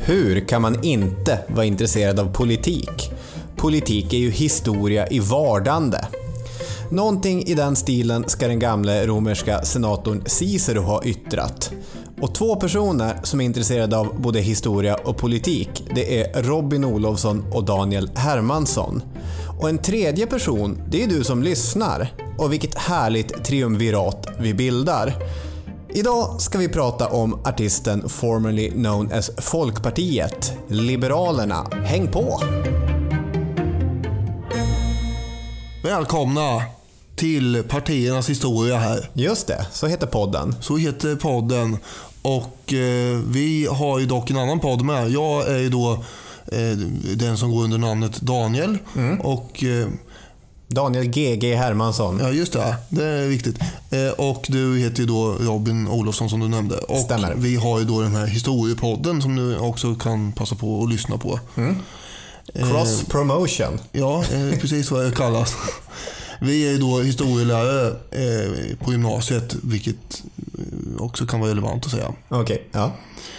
Hur kan man inte vara intresserad av politik? Politik är ju historia i vardande. Någonting i den stilen ska den gamla romerska senatorn Cicero ha yttrat. Och två personer som är intresserade av både historia och politik, det är Robin Olofsson och Daniel Hermansson. Och en tredje person, det är du som lyssnar. Och vilket härligt triumvirat vi bildar. Idag ska vi prata om artisten formerly known as Folkpartiet, Liberalerna. Häng på! Välkomna till partiernas historia här. Just det, så heter podden. Så heter podden. Och vi har ju dock en annan podd med. Jag är ju då den som går under namnet Daniel. Och Daniel GG Hermansson. Ja, just det. Det är viktigt. Och du heter ju då Robin Olofsson som du nämnde. Och stämmer. Vi har ju då den här historiepodden som du också kan passa på att lyssna på. Cross promotion. Ja, precis vad det kallas. Vi är ju då historielärare på gymnasiet, vilket också kan vara relevant att säga. Okej, ja.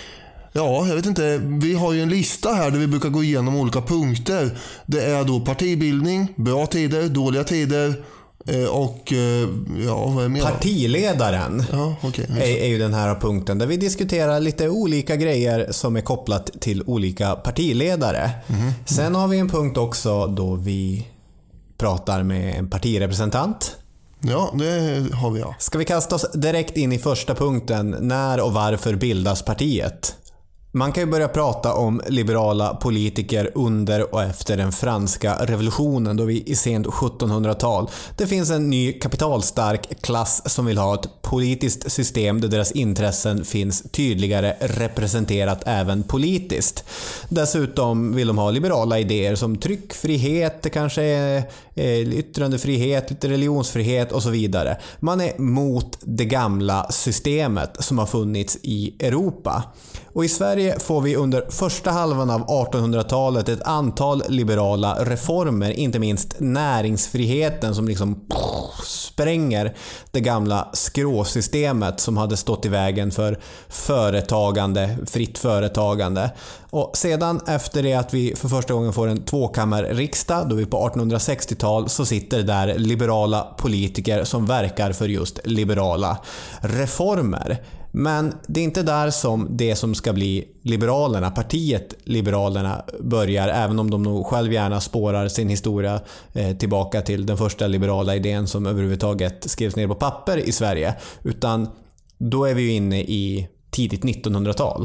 Ja, jag vet inte. Vi har ju en lista här där vi brukar gå igenom olika punkter. Det är då partibildning, bra tider, dåliga tider och ja, vad är mer? Partiledaren okay. är ju den här punkten där vi diskuterar lite olika grejer som är kopplat till olika partiledare. Sen har vi en punkt också då vi pratar med en partirepresentant. Ja, det har vi, ja. Ska vi kasta oss direkt in i första punkten, när och varför bildas partiet? Man kan ju börja prata om liberala politiker under och efter den franska revolutionen då vi i sent 1700-tal. Det finns en ny kapitalstark klass som vill ha ett politiskt system där deras intressen finns tydligare representerat även politiskt. Dessutom vill de ha liberala idéer som tryckfrihet, det kanske är yttrandefrihet, lite religionsfrihet och så vidare. Man är mot det gamla systemet som har funnits i Europa. Och i Sverige får vi under första halvan av 1800-talet ett antal liberala reformer, inte minst näringsfriheten som liksom spränger det gamla skråsystemet som hade stått i vägen för företagande, fritt företagande. Och sedan efter det att vi för första gången får en tvåkammarriksdag, då vi på 1860-tal, så sitter där liberala politiker som verkar för just liberala reformer. Men det är inte där som det som ska bli Liberalerna, partiet Liberalerna, börjar, även om de nog själv gärna spårar sin historia tillbaka till den första liberala idén som överhuvudtaget skrevs ner på papper i Sverige. Utan då är vi ju inne i tidigt 1900-tal.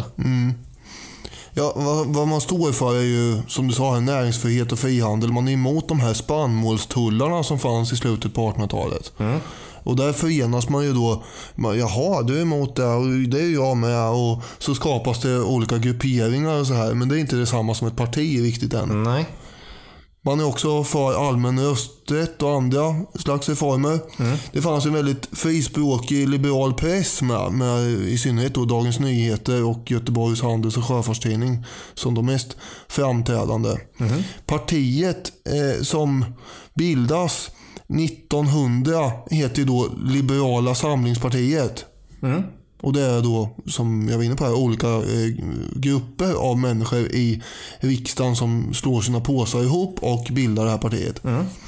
Ja, vad man står för är ju, som du sa, näringsfrihet och frihandel. Man är emot de här spannmålstullarna som fanns i slutet på 1800-talet. Och där förenas man ju då, jaha, du är emot det och det är jag med, och så skapas det olika grupperingar och så här. Men det är inte detsamma som ett parti riktigt än. Nej. Man är också för allmän rösträtt och andra slags reformer. Det fanns en väldigt frispråkig liberal press med i synnerhet då Dagens Nyheter och Göteborgs Handels- och Sjöfartstidning som de mest framträdande. Partiet som bildas 1900 heter ju då Liberala Samlingspartiet. Och det är då, som jag var inne på här, olika grupper av människor i riksdagen som slår sina påsar ihop och bildar det här partiet.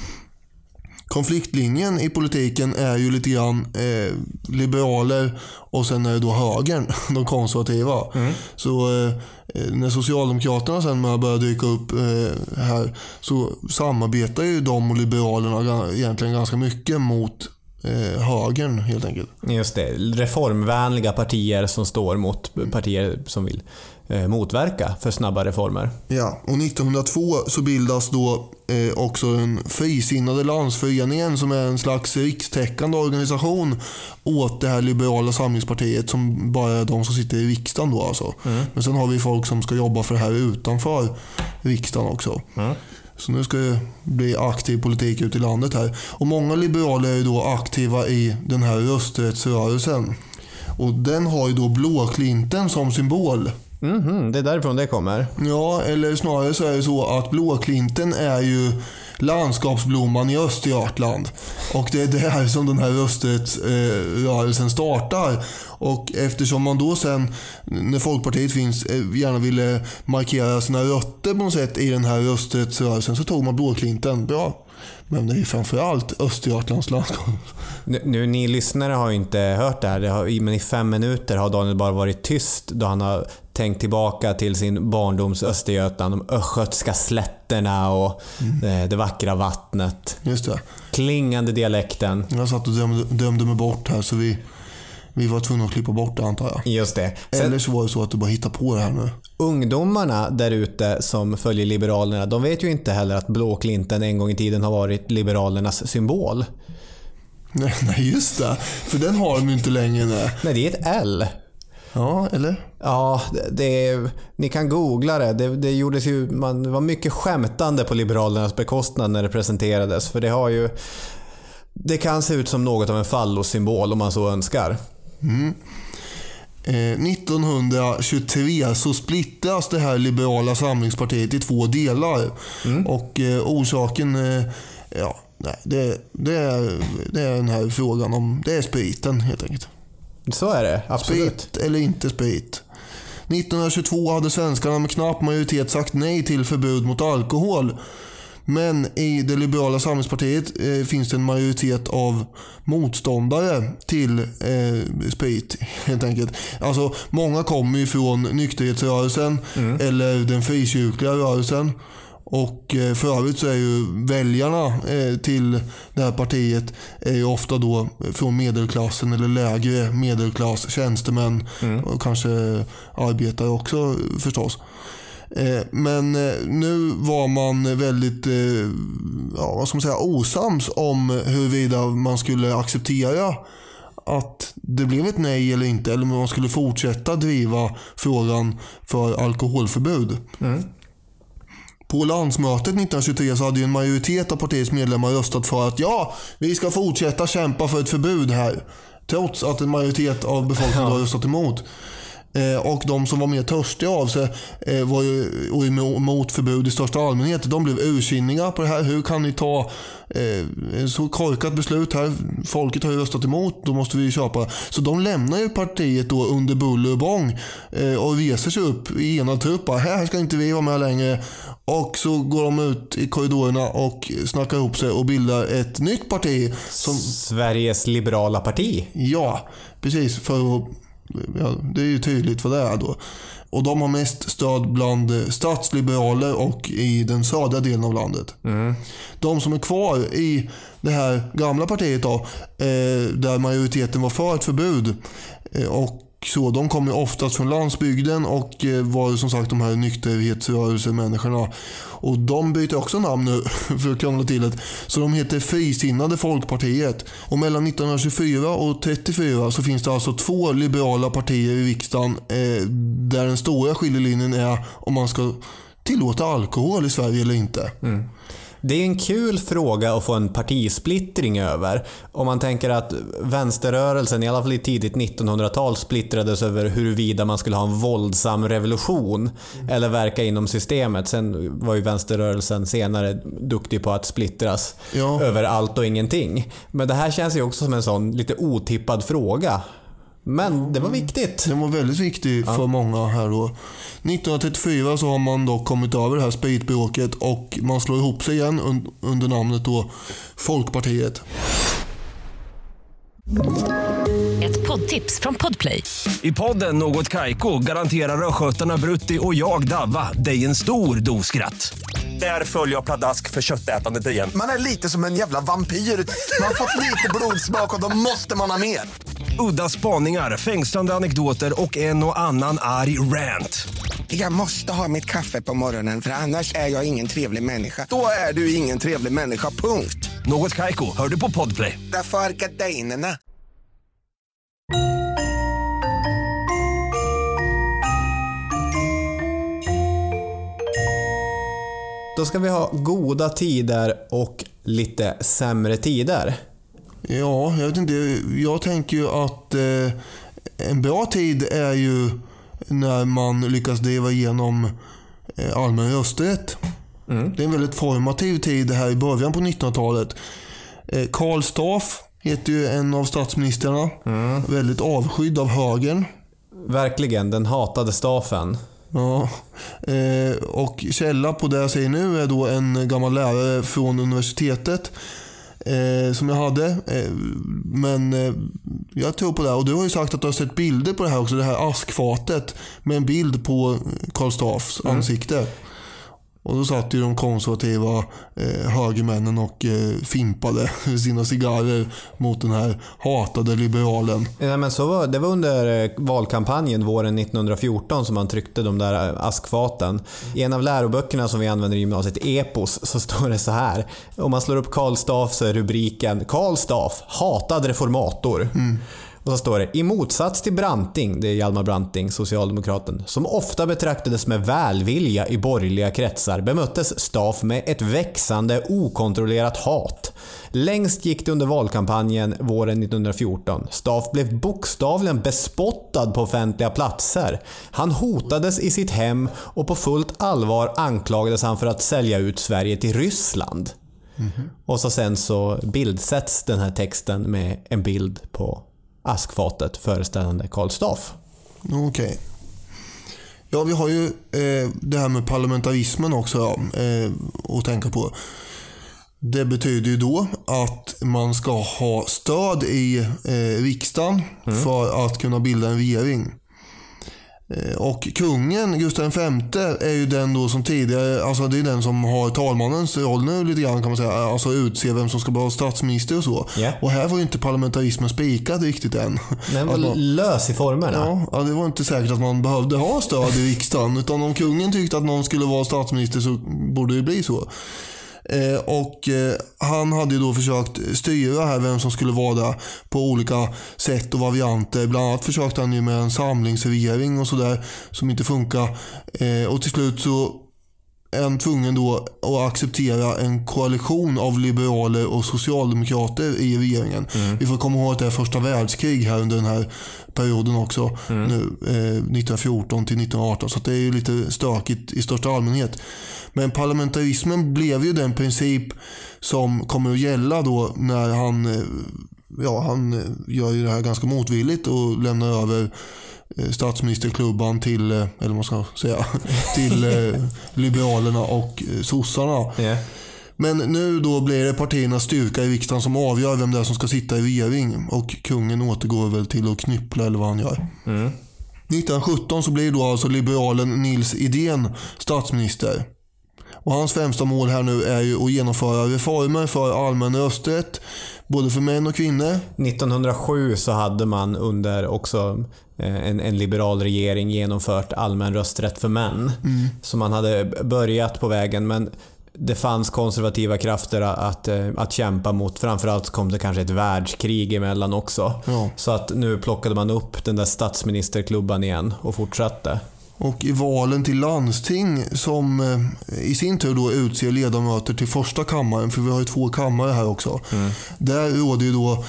Konfliktlinjen i politiken är ju lite grann liberaler och sen är det då högern, de konservativa. Så när Socialdemokraterna sen börjar dyka upp här, så samarbetar ju de och liberalerna egentligen ganska mycket mot högern helt enkelt. Just det, reformvänliga partier som står mot partier som vill motverka för snabba reformer. Ja, och 1902 så bildas då också den frisinnade landsföreningen som är en slags rikstäckande organisation åt det här liberala samlingspartiet som bara är de som sitter i riksdagen då alltså. Men sen har vi folk som ska jobba för det här utanför riksdagen också. Så nu ska det bli aktiv politik ute i landet här. Och många liberaler är ju då aktiva i den här rösträttsrörelsen. Och den har ju då blåklinten som symbol. Det är därifrån det kommer. Ja, eller snarare så är det så att blåklinten är ju landskapsblomman i Östergötland. Och det är där som den här rösträttsrörelsen startar. Och eftersom man då sen, när Folkpartiet finns, gärna ville markera sina rötter på något sätt i den här rösträttsrörelsen, så tog man blåklinten. Bra. Men det är framförallt Östergötlands landskap. Nu, ni lyssnare har ju inte hört det här, men i 5 minuter har Daniel bara varit tyst då han har tänkt tillbaka till sin barndoms Östergötland, de östgötska slätterna och det vackra vattnet. Just det. Klingande dialekten. Jag satt och dömde mig bort här, så vi var tvungna att klippa bort det, antar jag. Just det. Eller så var det så att du bara hittar på det här nu. Ungdomarna där ute som följer Liberalerna, de vet ju inte heller att blåklinten en gång i tiden har varit Liberalernas symbol. Nej, just det. För den har de ju inte längre. Nej, det är ett L. Ja, eller? Ja, ni kan googla det. Det gjordes ju, det var mycket skämtande på Liberalernas bekostnad när det presenterades. För det kan se ut som något av en fallossymbol om man så önskar. 1923 så splittras det här liberala samlingspartiet i 2 delar. Och orsaken, det är den här frågan om, det är spriten helt enkelt. Så är det, absolut. Sprit eller inte sprit. 1922 hade svenskarna med knapp majoritet sagt nej till förbud mot alkohol. Men i det liberala samlingspartiet finns det en majoritet av motståndare till sprit helt enkelt. Alltså många kommer ju från nykterhetsrörelsen eller den frikyrkliga rörelsen. Och för övrigt så är ju väljarna till det här partiet är ju ofta då från medelklassen eller lägre medelklass, tjänstemän och kanske arbetare också förstås. Men nu var man väldigt osams om huruvida man skulle acceptera att det blev ett nej eller inte, eller om man skulle fortsätta driva frågan för alkoholförbud. På landsmötet 1923 så hade ju en majoritet av partiets medlemmar röstat för att vi ska fortsätta kämpa för ett förbud här, trots att en majoritet av befolkningen har röstat emot. Och de som var mer törstiga av sig var ju emot förbud i största allmänhet. De blev ursinniga på det här. Hur kan ni ta så korkat beslut här? Folket har ju röstat emot, då måste vi ju köpa. Så de lämnar ju partiet då under buller och bång och reser sig upp i ena trupp. Här ska inte vi vara med längre. Och så går de ut i korridorerna och snackar ihop sig och bildar ett nytt parti. Sveriges liberala parti. Ja, precis. Det är ju tydligt vad det är då. Och de har mest stöd bland statsliberaler och i den södra delen av landet. De som är kvar i det här gamla partiet då, där majoriteten var för ett förbud och så, de kommer oftast från landsbygden och var som sagt de här nykterhetsrörelsemänniskorna. Och de byter också namn nu för att krångla till det. Så de heter Frisinnade Folkpartiet. Och mellan 1924 och 1934 så finns det alltså 2 liberala partier i riksdagen där den stora skiljelinjen är om man ska tillåta alkohol i Sverige eller inte. Det är en kul fråga att få en partisplittring över. Om man tänker att vänsterrörelsen i alla fall i tidigt 1900-tal splittrades över huruvida man skulle ha en våldsam revolution eller verka inom systemet. Sen var ju vänsterrörelsen senare duktig på att splittras över allt och ingenting. Men det här känns ju också som en sån lite otippad fråga. Men det var viktigt. Det var väldigt viktigt för många här då. 1934 så har man då kommit över det här spritbråket och man slår ihop sig igen under namnet då Folkpartiet. Ett poddtips från Podplay. I podden Något Kaiko garanterar röskötarna Brutti och jag Davva dig en stor doskratt. Där följer jag pladask för köttätandet igen. Man är lite som en jävla vampyr. Man har fått lite blodsmak och då måste man ha mer. Udda spaningar, fängslande anekdoter och en och annan arg rant. Jag måste ha mitt kaffe på morgonen för annars är jag ingen trevlig människa. Då är du ingen trevlig människa, punkt. Något Kaiko, hör du på Podplay. Därför är gardinerna. Då ska vi ha goda tider och lite sämre tider. Ja, jag vet inte. Jag tänker ju att en bra tid är ju när man lyckas driva igenom allmän rösträtt. Det är en väldigt formativ tid här i början på 1900-talet. Karl Staaff heter ju en av statsministrarna. Väldigt avskydd av högern. Verkligen, den hatade Staaffen. Ja, och källa på det jag säger nu är då en gammal lärare från universitetet som jag hade. Men jag tror på det. Och du har ju sagt att du har sett bilder på det här också. Det här askfatet med en bild på Karl Staaffs ansikte. Och då satt ju de konservativa högermännen och fimpade sina cigarrer mot den här hatade liberalen. Ja, men det var under valkampanjen våren 1914 som man tryckte de där askfaten. I en av läroböckerna som vi använder i gymnasiet, Epos, så står det så här. Om man slår upp Karl Staaff så är rubriken Karl Staaff, hatad reformator. Och så står det, i motsats till Branting, det är Hjalmar Branting, socialdemokraten, som ofta betraktades med välvilja i borgerliga kretsar, bemöttes Staaff med ett växande, okontrollerat hat. Längst gick det under valkampanjen våren 1914. Staaff blev bokstavligen bespottad på offentliga platser. Han hotades i sitt hem och på fullt allvar anklagades han för att sälja ut Sverige till Ryssland. Och så sen så bildsätts den här texten med en bild på askfatet föreställande Karl Staaff. Okej. Ja, vi har ju det här med parlamentarismen också att tänka på. Det betyder ju då att man ska ha stöd i riksdagen för att kunna bilda en regering. Och kungen, Gustav V, är ju den då som tidigare, alltså det är den som har talmannens roll nu lite grann kan man säga, alltså utse vem som ska vara statsminister och så. Yeah. Och här var ju inte parlamentarismen spikad riktigt än. Den var lös i formerna. Ja, det var inte säkert att man behövde ha stöd i riksdagen, utan om kungen tyckte att någon skulle vara statsminister så borde det bli så. Och han hade ju då försökt styra här vem som skulle vara där på olika sätt och varianter. Bland annat försökte han ju med en samlingsregering och sådär som inte funkar. Och till slut så är han tvungen då att acceptera en koalition av liberaler och socialdemokrater i regeringen. Vi får komma ihåg att det är första världskrig här under den här perioden också. Nu, 1914 till 1918. Så det är ju lite stökigt i största allmänhet. Men parlamentarismen blev ju den princip som kommer att gälla då när han gör ju det här ganska motvilligt och lämnar över statsministerklubban till, eller vad man ska säga, till liberalerna och sossarna. Yeah. Men nu då blir det partiernas styrka i riksdagen som avgör vem det är som ska sitta i regering, och kungen återgår väl till att knyppla eller vad han gör. 1917 så blir då alltså liberalen Nils Edén statsminister. Och hans främsta mål här nu är ju att genomföra reformer för allmän rösträtt, både för män och kvinnor. 1907 så hade man under också en liberal regering genomfört allmän rösträtt för män. Så man hade börjat på vägen, men det fanns konservativa krafter att kämpa mot. Framförallt kom det kanske ett världskrig emellan också. Ja. Så att nu plockade man upp den där statsministerklubban igen och fortsatte. Och i valen till landsting som i sin tur då utser ledamöter till första kammaren, för vi har ju 2 kammare här också. Där råder ju då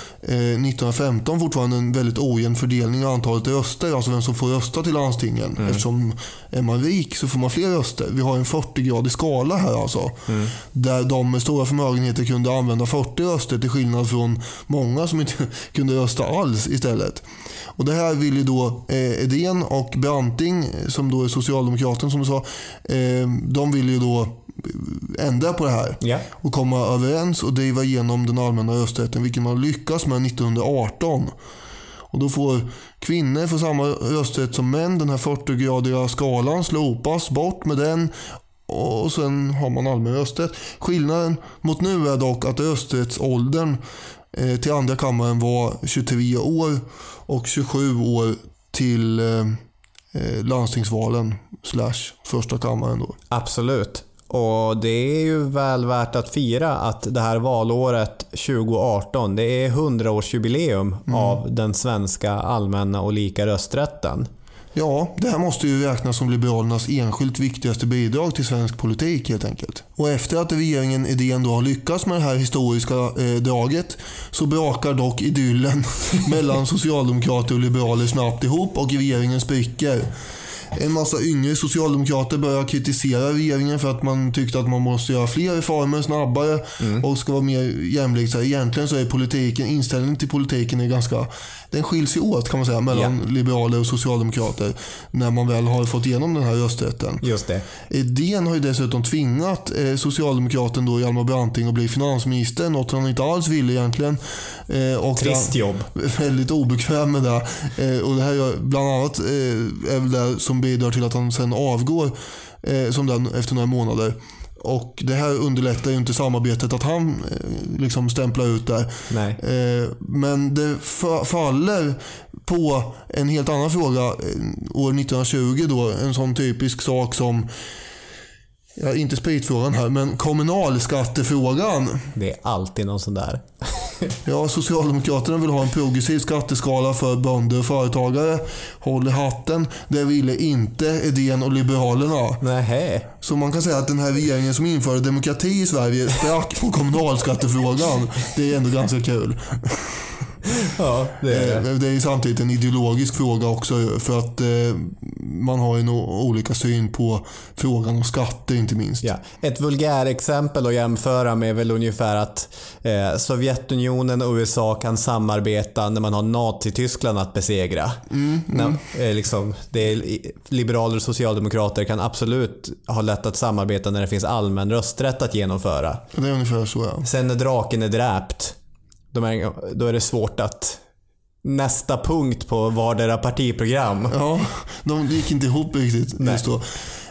1915 fortfarande en väldigt ojämn fördelning av antalet röster, alltså vem som får rösta till landstingen. Eftersom är man rik så får man fler röster. Vi har en 40-gradig skala här alltså. Där de med stora förmögenheter kunde använda 40 röster till skillnad från många som inte kunde rösta alls istället. Och det här vill ju då Edén och Branting, som då är socialdemokraten som du sa, de vill ju då ändra på det här och komma överens och driva igenom den allmänna rösträtten, vilket man lyckas med 1918. Och då får kvinnor för samma rösträtt som män. Den här 40-gradiga skalan slopas bort med den, och sen har man allmän rösträtt. Skillnaden mot nu är dock att rösträttsåldern till andra kammaren var 23 år och 27 år till landstingsvalen / första kammaren då. Absolut. Och det är ju väl värt att fira att det här valåret 2018, det är 100-årsjubileum av den svenska allmänna och lika rösträtten. Ja, det här måste ju räknas som liberalernas enskilt viktigaste bidrag till svensk politik helt enkelt. Och efter att regeringen Edén då har lyckats med det här historiska draget, så brakar dock idyllen mellan socialdemokrater och liberaler snabbt ihop och regeringen spricker. En massa yngre socialdemokrater började kritisera regeringen för att man tyckte att man måste göra fler reformer snabbare och ska vara mer jämlikt. Så egentligen så är inställningen till politiken är ganska, den skiljs ju åt kan man säga mellan liberaler och socialdemokrater när man väl har fått igenom den här rösträtten. Just det. Idén har ju dessutom tvingat socialdemokraten då Hjalmar Branting att bli finansminister, något han inte alls ville egentligen. Och trist jobb. Väldigt obekväm med det. Och det här bland annat är väl det som bidrar till att han sen avgår som den efter några månader. Och det här underlättar ju inte samarbetet att han liksom stämplar ut där. Nej. Men det faller på en helt annan fråga år 1920 då. En sån typisk sak som, inte spritfrågan här, men kommunalskattefrågan. Det är alltid någon sån där. Ja, Socialdemokraterna vill ha en progressiv skatteskala för bönder och företagare. Håll i hatten. Det ville inte Idén och Liberalerna. Nej. Så man kan säga att den här regeringen som införde demokrati i Sverige sprack på kommunalskattefrågan. Det är ändå ganska kul. Ja, det är ju samtidigt en ideologisk fråga också, för att man har ju nog olika syn på frågan om skatter inte minst. Ja. Ett vulgärexempel att jämföra med är väl ungefär att Sovjetunionen och USA kan samarbeta när man har Nazi-Tyskland att besegra. Liberaler och socialdemokrater kan absolut ha lätt att samarbeta när det finns allmän rösträtt att genomföra. Det är ungefär så, ja. Sen när draken är dräpt, då är det svårt att nästa punkt på vardera partiprogram. Ja, de gick inte ihop riktigt. Just då.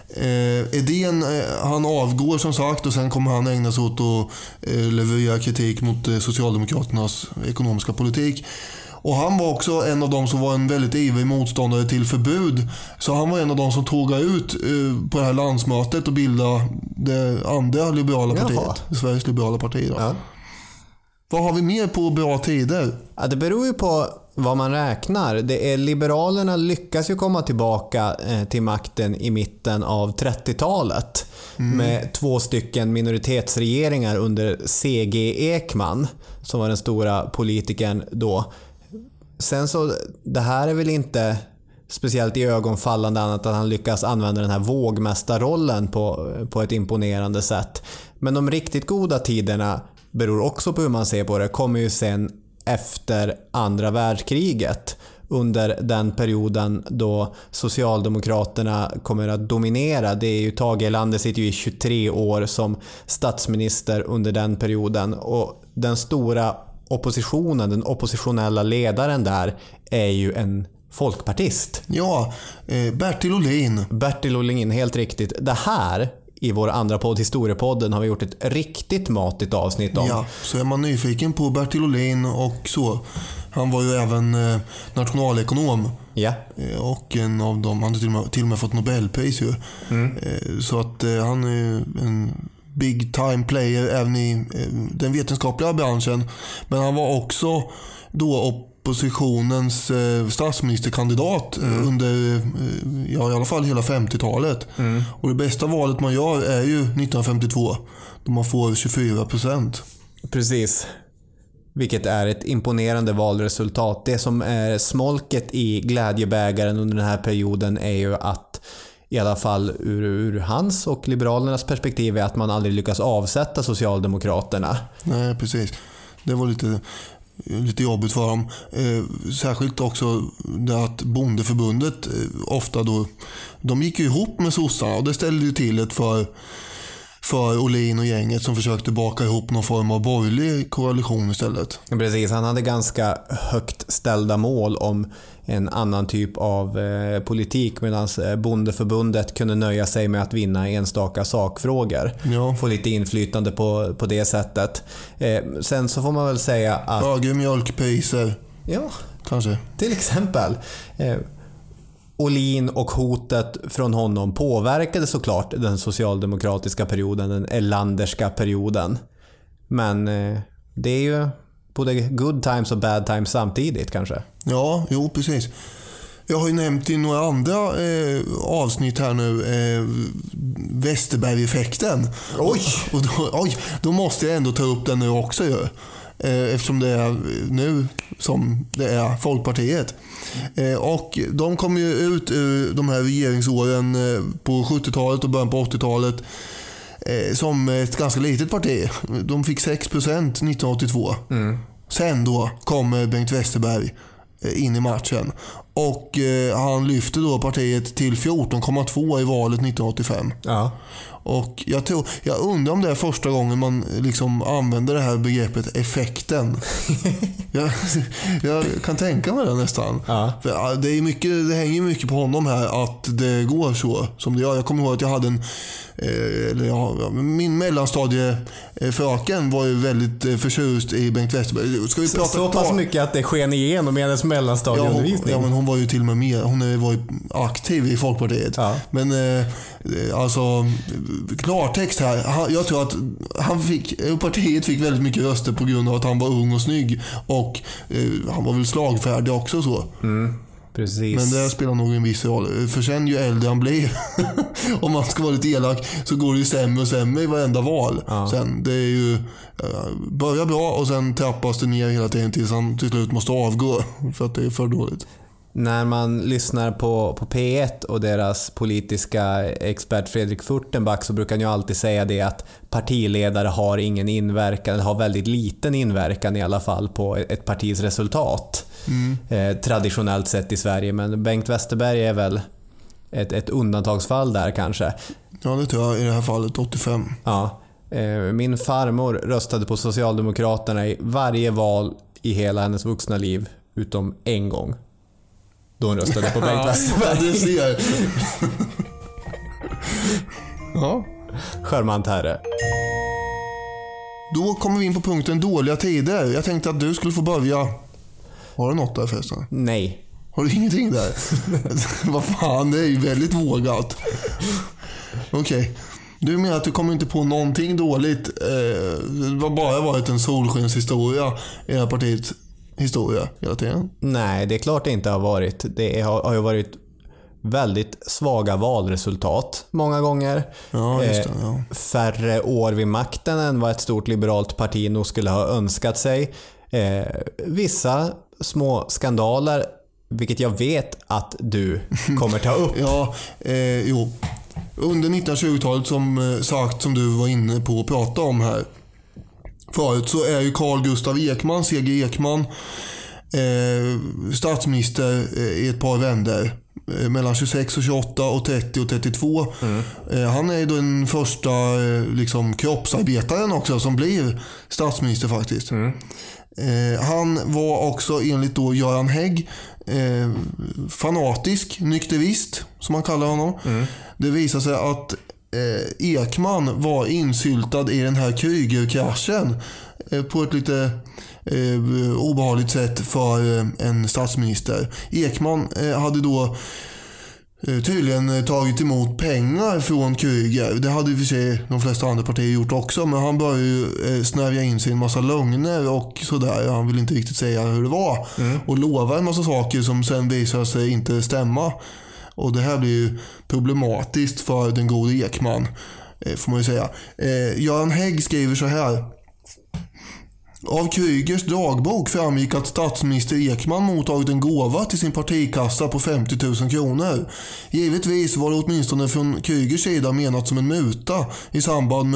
Idén, han avgår som sagt, och sen kommer han ägna sig åt att leverera kritik mot Socialdemokraternas ekonomiska politik. Och han var också en av dem som var en väldigt ivrig motståndare till förbud. Så han var en av dem som tog ut på det här landsmötet och bildade det andra liberala partiet. Sveriges liberala parti då. Ja. Vad har vi mer på bra tider? Ja, det beror ju på vad man räknar. Liberalerna lyckas ju komma tillbaka till makten i mitten av 30-talet med 2 stycken minoritetsregeringar under C.G. Ekman som var den stora politikern då. Sen så, det här är väl inte speciellt i ögonfallande annat att han lyckas använda den här vågmästarrollen på ett imponerande sätt. Men de riktigt goda tiderna beror också på hur man ser på det, kommer ju sen efter andra världskriget, under den perioden då Socialdemokraterna kommer att dominera. Det är ju Tage Erlander sitter ju i 23 år som statsminister under den perioden, och den stora oppositionen, den oppositionella ledaren där är ju en folkpartist. Ja, Bertil Ohlin. Bertil Ohlin, helt riktigt. Det här i vår andra podd, Historiepodden, har vi gjort ett riktigt matigt avsnitt om. Ja, så är man nyfiken på Bertil Ohlin och så. Han var ju även nationalekonom. Ja. Och en av dem, han har till och med fått Nobelpris ju. Så att han är en big time player även i den vetenskapliga branschen. Men han var också då oppositionens statsministerkandidat under i alla fall hela 50-talet. Och det bästa valet man gör är ju 1952 då man får 24%. Precis. Vilket är ett imponerande valresultat. Det som är smolket i glädjebägaren under den här perioden är ju att i alla fall ur hans och liberalernas perspektiv är att man aldrig lyckas avsätta Socialdemokraterna. Nej, precis. Det var lite jobbigt för dem. Särskilt också det att bondeförbundet ofta då, de gick ju ihop med sossarna, och det ställde ju till ett för Ohlin och gänget som försökte baka ihop någon form av borgerlig koalition istället. Precis, han hade ganska högt ställda mål om en annan typ av politik, medan bondeförbundet kunde nöja sig med att vinna enstaka sakfrågor. Ja. Få lite inflytande på det sättet. Sen så får man väl säga att högre mjölkpriser. Ja, kanske. Till exempel. Ohlin och hotet från honom påverkade såklart den socialdemokratiska perioden, den Erlanderska perioden. Men det är ju både good times och bad times samtidigt kanske. Ja, jo precis. Jag har ju nämnt i några andra avsnitt här nu Westerberg-effekten. Oj! Och då måste jag ändå ta upp den nu också ju. eftersom det är nu som det är Folkpartiet. Och de kom ju ut ur de här regeringsåren på 70-talet och början på 80-talet som ett ganska litet parti. De fick 6% 1982. Sen då kom Bengt Westerberg in i matchen. Och han lyfte då partiet till 14,2 i valet 1985. Ja. Och jag undrar om det är första gången man liksom använder det här begreppet effekten. jag kan tänka mig det nästan. Ja. För det hänger mycket på honom här att det går så som det gör. Jag kommer ihåg att jag hade min mellanstadiefröken var ju väldigt förtjust i Bengt Westerberg. Ska vi prata så pass mycket att det sken igenom i hennes mellanstadieundervisning. Ja, men hon var ju till och med mer. Hon var ju aktiv i Folkpartiet. Ja. Men alltså klartext här. Jag tror att partiet fick väldigt mycket röster på grund av att han var ung och snygg. Och han var väl slagfärdig också så. Precis. Men det spelar nog en viss roll. För sen ju äldre han blir, om man ska vara lite elak, så går det ju sämre och sämre i varenda val. Ja. Sen det är ju börjar bra och sen trappas det ner hela tiden tills han till slut måste avgå för att det är för dåligt. När man lyssnar på P1 och deras politiska expert Fredrik Furtenbach så brukar han ju alltid säga det att partiledare har ingen inverkan, eller har väldigt liten inverkan i alla fall på ett partis resultat. Traditionellt sett i Sverige, men Bengt Westerberg är väl ett undantagsfall där kanske. Ja, det tror jag i det här fallet 85. Ja. Min farmor röstade på Socialdemokraterna i varje val i hela hennes vuxna liv utom en gång. Då hon röstade på Bengt Westerberg. Ja, det ser. Ja. Charmant herre. Då kommer vi in på punkten dåliga tider. Jag tänkte att du skulle få börja. Har du något där förresten? Nej. Har du ingenting där? Vad fan, det är ju väldigt vågat. Okej. Du menar att du kommer inte på någonting dåligt. Det har bara varit en solskenshistoria i det här partiets historia hela tiden? Nej, det är klart det inte har varit. Det har ju varit väldigt svaga valresultat många gånger. Ja, just det, ja. Färre år vid makten än vad ett stort liberalt parti nog skulle ha önskat sig. Vissa små skandaler, vilket jag vet att du kommer ta upp. Ja, jo. Under 1920-talet som du var inne på att prata om här förut, så är ju Carl Gustav Ekman, C.G. Ekman, statsminister i ett par vändor. Mellan 26 och 28 och 30 och 32. Han är ju den första liksom, kroppsarbetaren också som blir statsminister faktiskt. Han var också enligt då Göran Hägg fanatisk nykterist som man kallar honom. Det visar sig att Ekman var insyltad i den här Krügerkraschen på ett lite obehagligt sätt för en statsminister. Ekman hade då tydligen tagit emot pengar från Krüger. Det hade ju för sig de flesta andra partier gjort också, men han började ju snärja in sig en massa lögner och sådär. Han ville inte riktigt säga hur det var och lova en massa saker som sen visade sig inte stämma. Och det här blir ju problematiskt för den gode Ekman, får man ju säga. Göran Hägg skriver så här: av Krügers dagbok framgick att statsminister Ekman mottagit en gåva till sin partikassa på 50 000 kronor. Givetvis var det åtminstone från Krügers sida menat som en muta i samband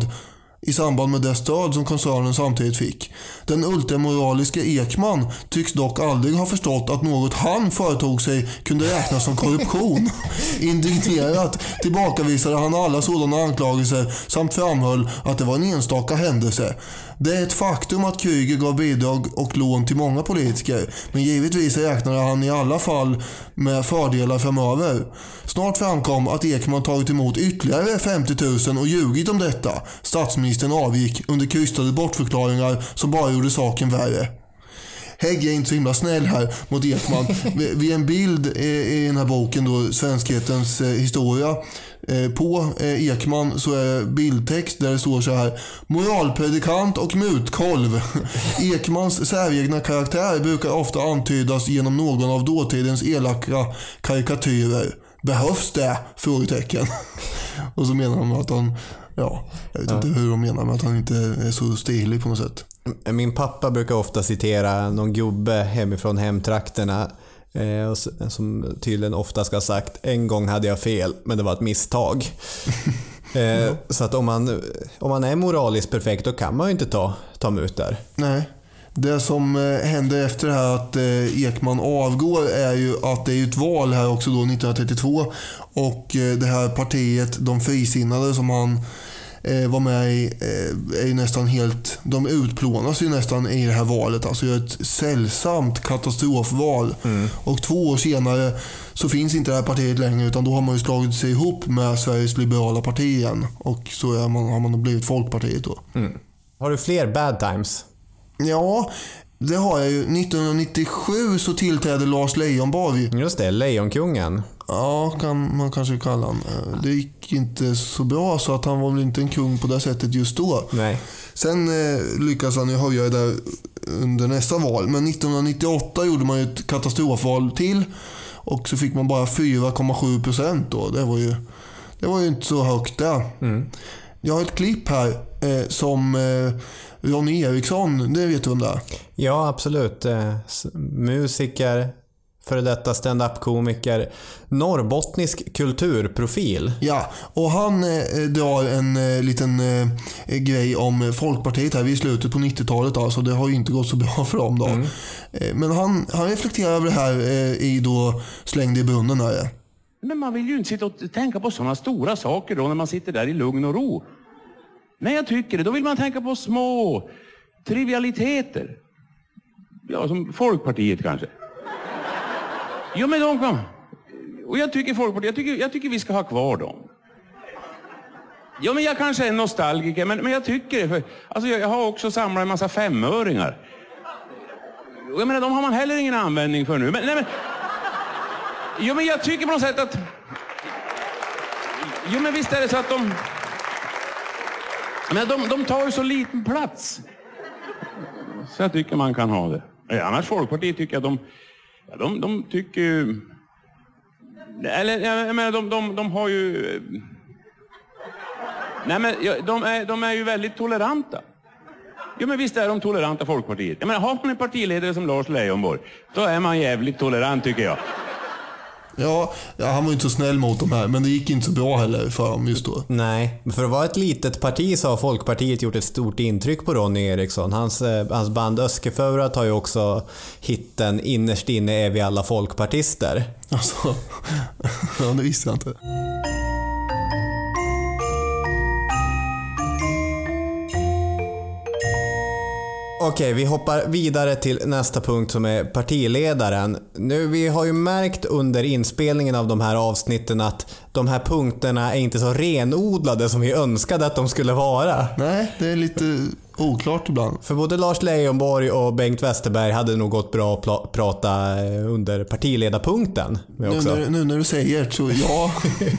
med det stöd som koncernen samtidigt fick. Den ultramoraliska Ekman tycks dock aldrig ha förstått att något han företog sig kunde räknas som korruption. Indignerat tillbakavisade han alla sådana anklagelser samt framhöll att det var en enstaka händelse. Det är ett faktum att Krüger gav bidrag och lån till många politiker, men givetvis räknade han i alla fall med fördelar framöver. Snart framkom att Ekman tagit emot ytterligare 50 000 och ljugit om detta. Statsministern avgick under krystade bortförklaringar som bara gjorde saken värre. Hägg är inte så himla snäll här mot Ekman. Vid en bild i den här boken då, Svenskhetens historia, på Ekman så är bildtext där det står så här: moralpredikant och mutkolv. Ekmans säregna karaktär brukar ofta antydas genom någon av dåtidens elaka karikatyrer. Behövs det? Frågetecken. Och så menar de att han, jag vet inte hur de menar, men att han inte är så stilig på något sätt. Min pappa brukar ofta citera någon gubbe hemifrån hemtrakterna som tydligen ofta ska ha sagt: en gång hade jag fel, men det var ett misstag. Så att om man är moraliskt perfekt, då kan man ju inte ta mutor. Nej. Det som hände efter det här att Ekman avgår är ju att det är ett val här också då 1932, och det här partiet, de frisinnade som han var med i, är ju nästan helt, de utplånas ju nästan i det här valet. Alltså ett sällsamt katastrofval. Och 2 år senare så finns inte det här partiet längre, utan då har man ju slagit sig ihop med Sveriges liberala parti igen, och så har man blivit Folkpartiet då. Har du fler bad times? Ja, det har jag ju. 1997 så tillträdde Lars Leijonborg. Just det, Lejonkungen. Ja, kan man kanske kalla han. Det gick inte så bra, så att han var väl inte en kung på det sättet just då. Nej. Sen lyckas han ju höja det där under nästa val. Men 1998 gjorde man ju ett katastrofval till, och så fick man bara 4,7% då. Det var ju inte så högt där. Jag har ett klipp här som Ronny Eriksson, det vet du om det är? Ja, absolut. Musiker, före detta stand-up-komiker, norrbottnisk kulturprofil. Ja, och han drar en liten grej om Folkpartiet här vid slutet på 90-talet. Alltså det har ju inte gått så bra för dem då. Men han reflekterar över det här i då Slängd i brunnen här. Men man vill ju inte sitta och tänka på sådana stora saker då när man sitter där i lugn och ro. Nej, jag tycker det. Då vill man tänka på små trivialiteter. Ja, som Folkpartiet kanske. Jo, men de kan. Och jag tycker Folkpartiet, jag tycker vi ska ha kvar dem. Ja, men jag kanske är en nostalgiker, men jag tycker det. För, alltså jag har också samlat en massa 5-öringar. Och jag menar, de har man heller ingen användning för nu. Men jo, men jag tycker på något sätt att... Jo, men visst är det så att de tar ju så liten plats. Så jag tycker man kan ha det. Annars Folkpartiet tycker jag de tycker ju... Eller, jag menar, de har ju... Nej, men de är ju väldigt toleranta. Jo, men visst är de toleranta, Folkpartiet. Jag menar, har man en partiledare som Lars Leijonborg, då är man jävligt tolerant, tycker jag. Ja, han var ju inte så snäll mot dem här, men det gick inte så bra heller för dem just då. Nej, för att vara ett litet parti så har Folkpartiet gjort ett stort intryck på Ronny Eriksson. Hans band Öskeföra tar ju också hitten Innerst inne är vi alla folkpartister. Alltså, ja, det visste jag inte. Okej, vi hoppar vidare till nästa punkt som är partiledaren. Vi har ju märkt under inspelningen av de här avsnitten att de här punkterna är inte så renodlade som vi önskade att de skulle vara. Nej, det är lite oklart ibland. För både Lars Leijonborg och Bengt Westerberg hade nog gått bra att prata under partiledarpunkten. Nu när du säger så ja.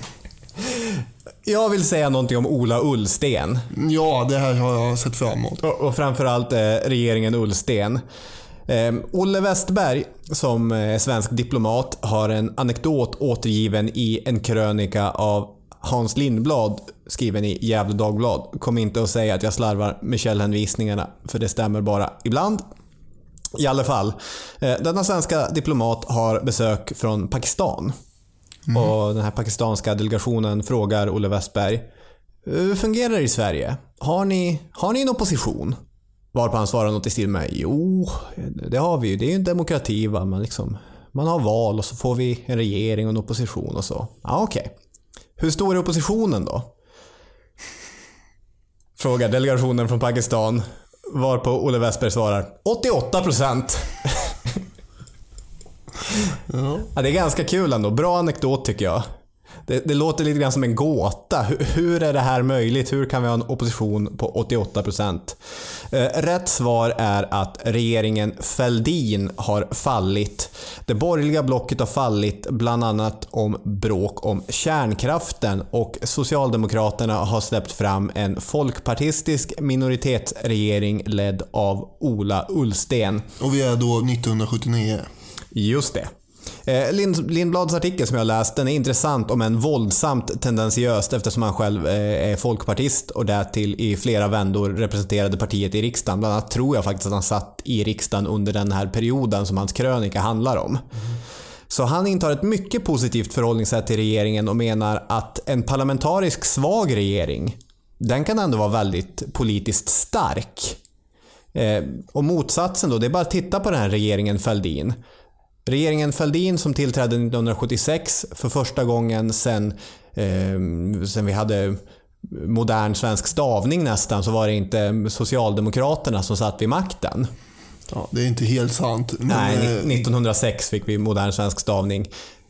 Jag vill säga någonting om Ola Ullsten. Ja, det här har jag sett fram emot. Och framförallt regeringen Ullsten. Olle Westberg, som är svensk diplomat, har en anekdot återgiven i en krönika av Hans Lindblad, skriven i Gefle Dagblad. Kom inte att säga att jag slarvar med källhänvisningarna, för det stämmer bara ibland. I alla fall, denna svenska diplomat har besök från Pakistan. Och den här pakistanska delegationen frågar Olle Westberg: hur fungerar det i Sverige? Har ni en opposition? Varpå han svarar något i stil med: jo, det har vi ju. Det är ju en demokrati, va? Man har val och så får vi en regering och en opposition och så. Ja, okej. Hur stor är oppositionen då? Frågar delegationen från Pakistan. Varpå Olle Westberg svarar: 88%. Ja, det är ganska kul ändå. Bra anekdot tycker jag. Det låter lite grann som en gåta. Hur är det här möjligt? Hur kan vi ha en opposition på 88%? Rätt svar är att regeringen Fälldin har fallit. Det borgerliga blocket har fallit, bland annat om bråk om kärnkraften, och Socialdemokraterna har släppt fram en folkpartistisk minoritetsregering ledd av Ola Ullsten. Och vi är då 1979. Just det. Lindblads artikel som jag läst, den är intressant om en våldsamt tendensiöst eftersom han själv är folkpartist och därtill i flera vändor representerade partiet i riksdagen. Bland annat tror jag faktiskt att han satt i riksdagen under den här perioden som hans krönika handlar om. Så han intar ett mycket positivt förhållningssätt till regeringen och menar att en parlamentarisk svag regering, den kan ändå vara väldigt politiskt stark. Och motsatsen då, det är bara att titta på den här regeringen Fälldin. Regeringen Fälldin som tillträdde 1976 för första gången sen vi hade modern svensk stavning nästan, så var det inte Socialdemokraterna som satt vid makten. Ja, det är inte helt sant. Men nej, 1906 fick vi modern svensk stavning.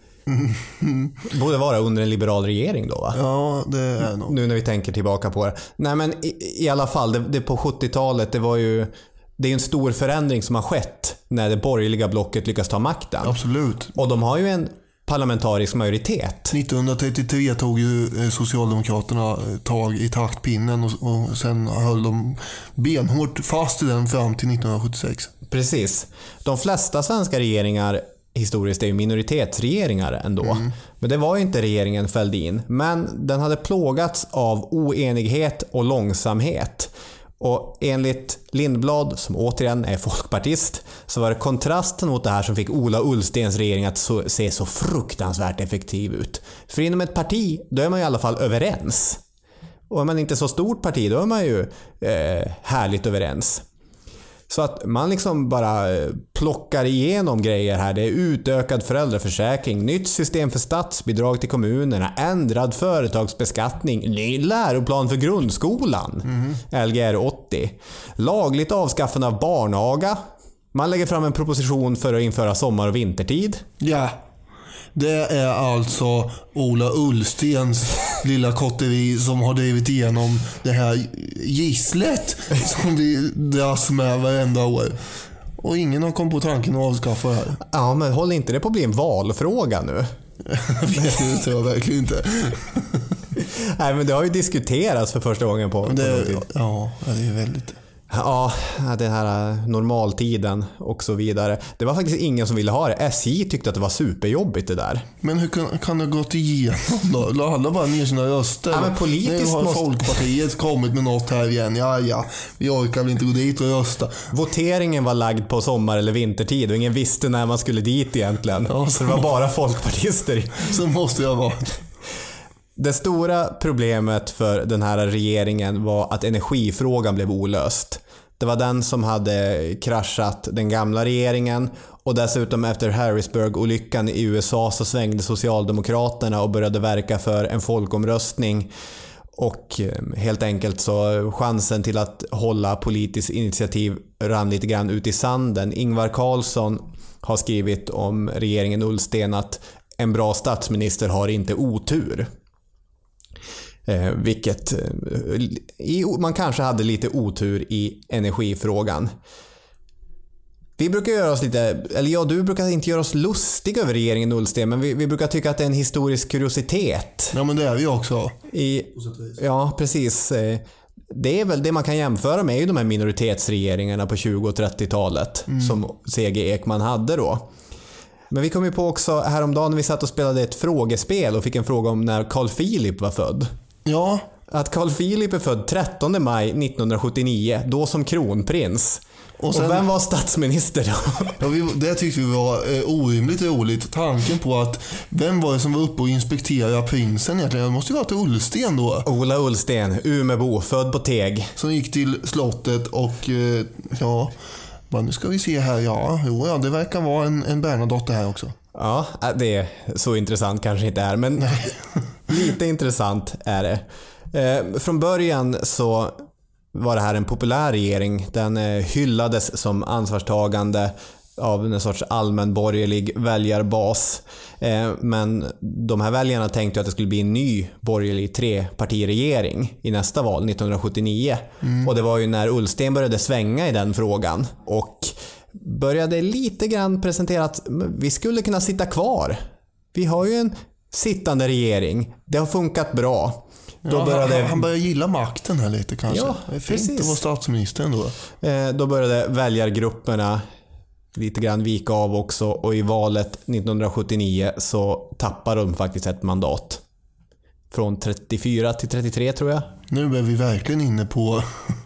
Borde vara under en liberal regering då, va? Ja, det är nog. Nu när vi tänker tillbaka på det. Nej, men i alla fall, det på 70-talet, det är en stor förändring som har skett när det borgerliga blocket lyckas ta makten. Absolut. Och de har ju en parlamentarisk majoritet. 1933 tog ju Socialdemokraterna tag i taktpinnen och sen höll de benhårt fast i den fram till 1976. Precis. De flesta svenska regeringar historiskt är ju minoritetsregeringar ändå. Men det var ju inte regeringen Fälldin. Men den hade plågats av oenighet och långsamhet. Och enligt Lindblad, som återigen är folkpartist, så var det kontrasten mot det här som fick Ola Ullstens regering att se så fruktansvärt effektiv ut. För inom ett parti, då är man i alla fall överens. Och är man inte så stort parti, då är man ju härligt överens. Så att man liksom bara plockar igenom grejer här. Det är utökad föräldraförsäkring, nytt system för statsbidrag till kommunerna, ändrad företagsbeskattning, ny läroplan för grundskolan, Lgr 80, lagligt avskaffande av barnaga. Man lägger fram en proposition för att införa sommar- och vintertid. Ja, det är alltså Ola Ullstens lilla kotteri som har drivit igenom det här gisslet som vi dras med varenda år. Och ingen har kommit på tanken att avskaffa det här. Ja, men håller inte det på att bli en valfråga nu? Det tror jag verkligen inte. Nej, men det har ju diskuterats för första gången på det är väldigt... Ja, den här normaltiden och så vidare. Det var faktiskt ingen som ville ha det. SJ tyckte att det var superjobbigt det där. Men hur kan det ha gått igenom då? La alla bara ner sina röster? Ja, men politiskt nu har måste... Folkpartiet kommit med något här igen. Ja, vi orkar väl inte gå dit och rösta. Voteringen var lagd på sommar- eller vintertid och ingen visste när man skulle dit egentligen. Ja, så det var bara folkpartister. Så måste jag vara. Det stora problemet för den här regeringen var att energifrågan blev olöst. Det var den som hade kraschat den gamla regeringen och dessutom efter Harrisburg-olyckan i USA så svängde Socialdemokraterna och började verka för en folkomröstning. Och helt enkelt så chansen till att hålla politiskt initiativ rann lite grann ut i sanden. Ingvar Carlsson har skrivit om regeringen Ullsten att en bra statsminister har inte otur. Vilket man kanske hade lite otur i energifrågan. Vi brukar göra oss lite, eller du brukar inte göra oss lustiga över regeringen Ullsten, men vi brukar tycka att det är en historisk kuriositet. Ja, men det är vi också. Ja, precis. Det är väl det man kan jämföra med, är ju de här minoritetsregeringarna på 20- och 30-talet som C.G. Ekman hade då. Men vi kom ju på också häromdagen när vi satt och spelade ett frågespel och fick en fråga om när Carl Philip var född. Ja. Att Carl Philip är född 13 maj 1979, då som kronprins. Och vem var statsminister då? Ja, det tyckte vi var orimligt roligt. Tanken på att vem var det som var uppe och inspekterade prinsen egentligen? Det måste ju vara till Ullsten då. Ola Ullsten, Umebo, född på Teg. Som gick till slottet och ja... Men nu ska vi se här, ja, det verkar vara en Bernadotte här också. Ja, det är så intressant kanske inte är, men lite intressant är det. Från början så var det här en populär regering. Den hyllades som ansvarstagande av en sorts allmänborgerlig väljarbas. Men de här väljarna tänkte att det skulle bli en ny borgerlig trepartiregering i nästa val 1979. Och det var ju när Ullsten började svänga i den frågan och började lite grann presentera att vi skulle kunna sitta kvar. Vi har ju en sittande regering. Det har funkat bra. Han började gilla makten här lite kanske. Ja, det är fint att vara statsminister ändå. Då började väljargrupperna lite grann vika av också, och i valet 1979 så tappar de faktiskt ett mandat. Från 34 till 33 tror jag. Nu är vi verkligen inne på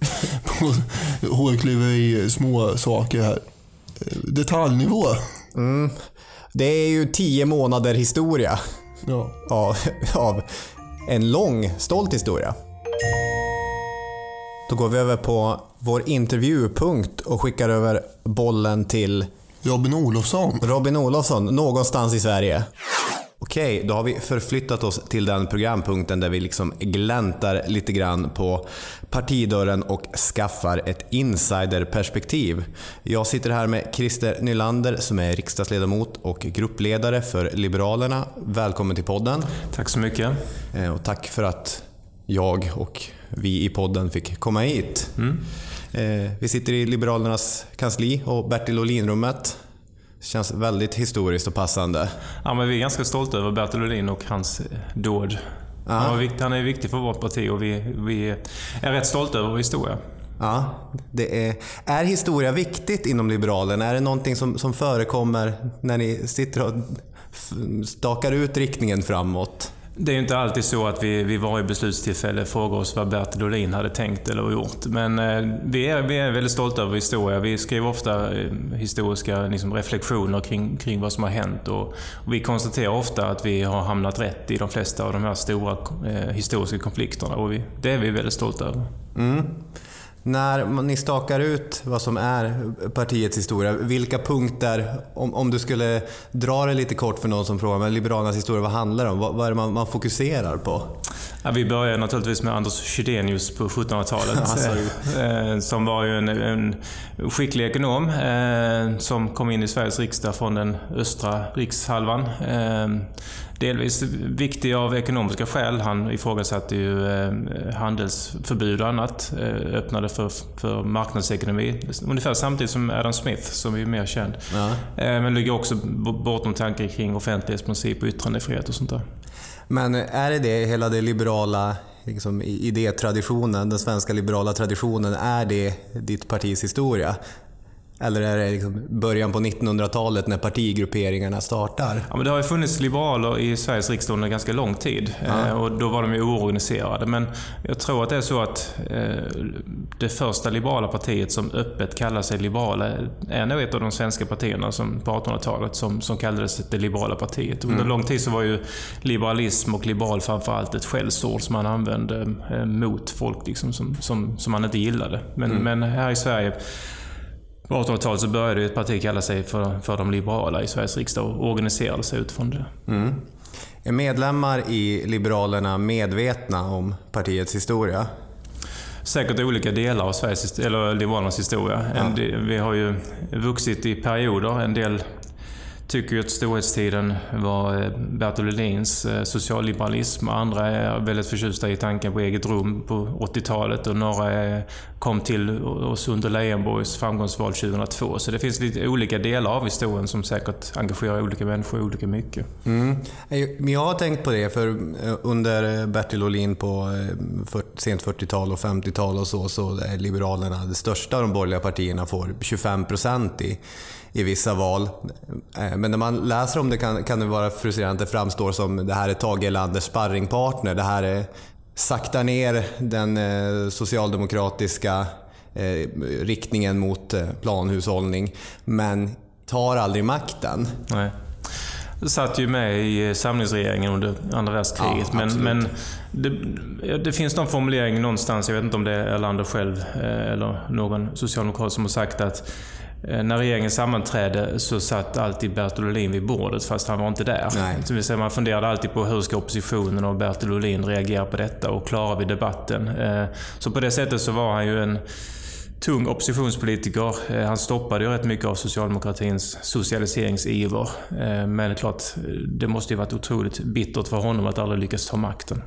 hårklyveri, små saker här. Detaljnivå. Det är ju 10 månader historia. Ja. Av en lång, stolt historia. Då går vi över på vår intervjupunkt och skickar över bollen till Robin Olofsson, någonstans i Sverige. Okej, då har vi förflyttat oss till den programpunkten där vi liksom gläntar lite grann på partidörren och skaffar ett insiderperspektiv. Jag sitter här med Christer Nylander som är riksdagsledamot och gruppledare för Liberalerna. Välkommen till podden. Tack så mycket. Och tack för att jag och vi i podden fick komma hit. Vi sitter i Liberalernas kansli och Bertil Ohlin-rummet. Känns väldigt historiskt och passande. Ja, men vi är ganska stolta över Bertil Ohlin och hans dåd. Han är viktig för vårt parti och vi är rätt stolta över vår historia. Ja, är historia viktigt inom Liberalerna? Är det någonting som förekommer när ni sitter och stakar ut riktningen framåt? Det är ju inte alltid så att vi vid varje beslutstillfälle frågar oss vad Bertil Ohlin hade tänkt eller gjort. Men vi är väldigt stolta över historia. Vi skriver ofta historiska reflektioner kring vad som har hänt. Och vi konstaterar ofta att vi har hamnat rätt i de flesta av de här stora historiska konflikterna. Och det är vi väldigt stolta över. När ni stakar ut vad som är partiets historia, vilka punkter, om du skulle dra det lite kort för någon som frågar, men Liberalernas historia, vad handlar det om? Vad är det man fokuserar på? Ja, vi börjar naturligtvis med Anders Chydenius på 1700-talet som var ju en skicklig ekonom som kom in i Sveriges riksdag från den östra rikshalvan. Delvis viktig av ekonomiska skäl. Han ifrågasatte ju handelsförbud och annat. Öppnade för marknadsekonomi. Ungefär samtidigt som Adam Smith, som är mer känd. Ja. Men ligger också bortom tankar kring offentlighetsprincip och yttrandefrihet och sånt där. Men är det hela det liberala idétraditionen, den svenska liberala traditionen, är det ditt partis historia? Eller är det början på 1900-talet när partigrupperingarna startar? Ja, men det har ju funnits liberaler i Sveriges riksdag under ganska lång tid. Och då var de ju oorganiserade. Men jag tror att det är så att det första liberala partiet som öppet kallar sig liberala är nog ett av de svenska partierna som på 1800-talet som kallades det liberala partiet. Under lång tid så var ju liberalism och liberal framförallt ett skällsord som man använde mot folk som man inte gillade. Men här i Sverige på 1800-talet så började ett parti kalla sig för de liberala i Sveriges riksdag och organiserade sig utifrån det. Är medlemmar i Liberalerna medvetna om partiets historia? Säkert olika delar av Liberalernas historia. Vi har ju vuxit i perioder. En del tycker ju att storhetstiden var Bertil Ohlins socialliberalism. Andra är väldigt förtjusta i tanken på eget rum på 80-talet och några kom till oss under Leijonborgs framgångsval 2002. Så det finns lite olika delar av historien som säkert engagerar olika människor olika mycket. Jag har tänkt på det, för under Bertil Ohlin på sent 40-tal och 50-tal och så är Liberalerna det största av de borgerliga partierna, får 25% i vissa val. Men när man läser om det kan det vara frustrerande. Det framstår som det här är Tage Erlanders sparringpartner. Det här är saktar ner den socialdemokratiska riktningen mot planhushållning, men tar aldrig makten. Nej. Jag satt ju med i samlingsregeringen under andra världskriget, ja, men det finns någon formulering någonstans, jag vet inte om det är Erlander själv eller någon socialdemokrat som har sagt att när regeringen sammanträdde så satt alltid Bertil Ohlin vid bordet fast han var inte där. Så vill säga, man funderade alltid på hur ska oppositionen och Bertil Ohlin reagera på detta och klarar vi debatten. Så på det sättet så var han ju en tung oppositionspolitiker. Han stoppade ju rätt mycket av socialdemokratins socialiseringsiver. Men klart, det måste ju varit otroligt bittert för honom att aldrig lyckas ta makten.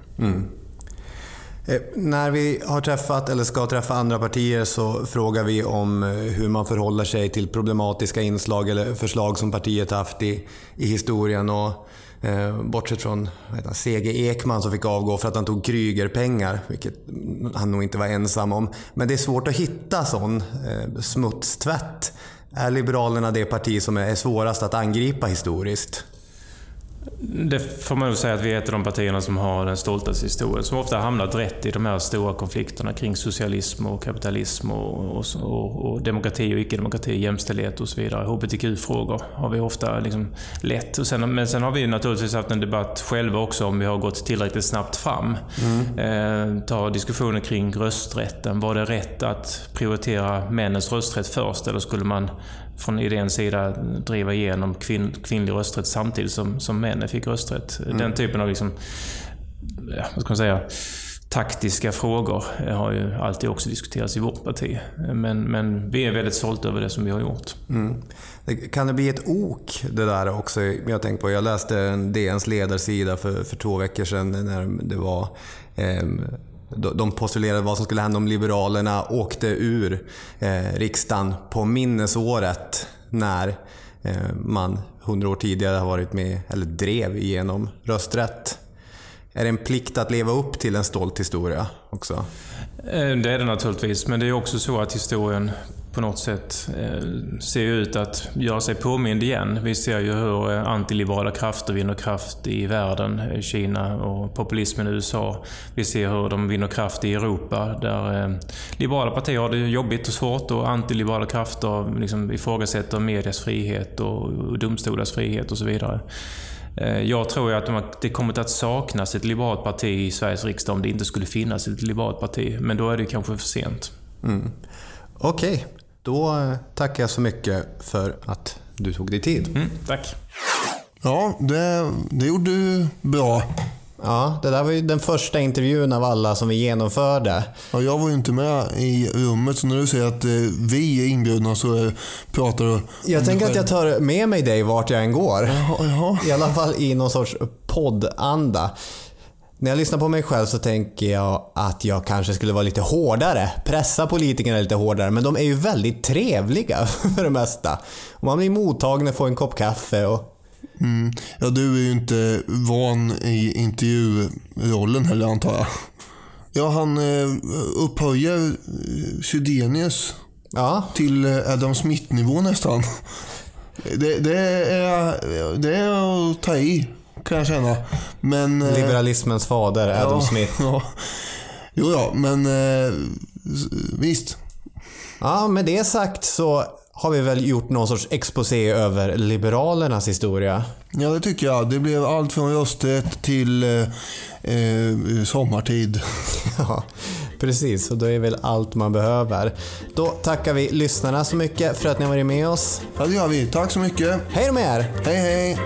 När vi har träffat eller ska träffa andra partier så frågar vi om hur man förhåller sig till problematiska inslag eller förslag som partiet haft i historien. Och bortsett från C.G. Ekman som fick avgå för att han tog Kryger-pengar, vilket han nog inte var ensam om. Men det är svårt att hitta sån smutstvätt. Är Liberalerna det parti som är svårast att angripa historiskt? Det får man nog säga att vi är ett av de partierna som har den stoltaste historien, som ofta har hamnat rätt i de här stora konflikterna kring socialism och kapitalism och demokrati och icke-demokrati, jämställdhet och så vidare. HBTQ-frågor har vi ofta liksom lätt. Men sen har vi naturligtvis haft en debatt själva också om vi har gått tillräckligt snabbt fram. Ta diskussioner kring rösträtten. Var det rätt att prioritera männens rösträtt först, eller skulle man från idéns sida driva igenom kvinnlig rösträtt samtidigt som männen fick rösträtt? Den typen av liksom, vad ska man säga, taktiska frågor har ju alltid också diskuterats i vårt parti. Men vi är väldigt stolta över det som vi har gjort. Kan det bli ett ok det där också? Jag läste en DNs ledarsida för 2 veckor sedan när det var... De postulerade vad som skulle hända om Liberalerna åkte ur riksdagen på minnesåret när man 100 år tidigare har varit med eller drev igenom rösträtt. Är det en plikt att leva upp till en stolt historia också? Det är det naturligtvis, men det är också så att historien på något sätt ser ut att göra sig påmind igen. Vi ser ju hur antiliberala krafter vinner kraft i världen, Kina och populismen i USA. Vi ser hur de vinner kraft i Europa, där liberala partier har det jobbigt och svårt och antiliberala krafter liksom ifrågasätter medias frihet och domstolars frihet och så vidare. Jag tror att det kommer att saknas ett liberalt parti i Sveriges riksdag om det inte skulle finnas ett liberalt parti. Men då är det kanske för sent. Okej, då tackar jag så mycket för att du tog dig tid. Tack. Ja, det gjorde du bra. Ja, det där var ju den första intervjun av alla som vi genomförde. Ja, jag var ju inte med i rummet, så när du säger att vi är inbjudna så pratar du... Jag tänker att jag tar med mig dig vart jag än går. Jaha. I alla fall i någon sorts poddanda. När jag lyssnar på mig själv så tänker jag att jag kanske skulle vara lite hårdare. Pressa politikerna lite hårdare. Men de är ju väldigt trevliga för det mesta. Och man blir mottagen och får en kopp kaffe och... Ja, du är ju inte van i intervjurollen heller, antar jag. Ja, han upphöjer Chydenius till Adam Smith-nivå nästan. Det är att ta i, kan jag känna. Men, liberalismens fader, Adam Smith. Ja. Jo, men visst. Ja, med det sagt så har vi väl gjort någon sorts exposé över Liberalernas historia. Ja, det tycker jag. Det blev allt från rösträtt till sommartid. Ja, precis. Och då är väl allt man behöver. Då tackar vi lyssnarna så mycket för att ni har varit med oss. Ja, det gör vi. Tack så mycket. Hej då med er! Hej, hej!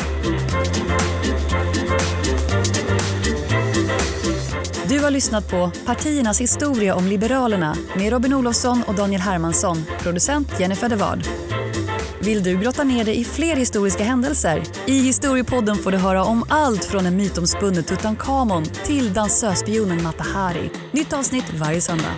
Du har lyssnat på Partiernas historia om Liberalerna med Robin Olofsson och Daniel Hermansson, producent Jennifer de Ward. Vill du grotta ner dig i fler historiska händelser? I Historiepodden får du höra om allt från en mytomspunnen Tutankhamon till dansösspionen Mata Hari. Nytt avsnitt varje söndag.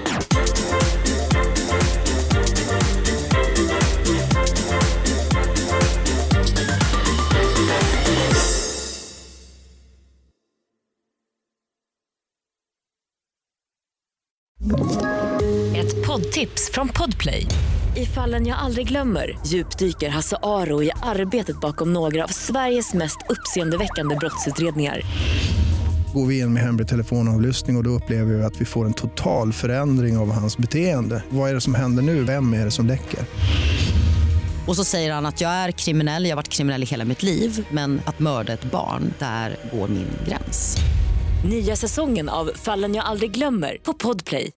Ett poddtips från Podplay. I Fallen jag aldrig glömmer djupdyker Hasse Aro i arbetet bakom några av Sveriges mest uppseendeväckande brottsutredningar. Går vi in med hemlig telefonavlyssning och då upplever vi att vi får en total förändring av hans beteende. Vad är det som händer nu? Vem är det som läcker? Och så säger han att jag är kriminell, jag har varit kriminell i hela mitt liv. Men att mörda ett barn, där går min gräns. Nya säsongen av Fallen jag aldrig glömmer på Podplay.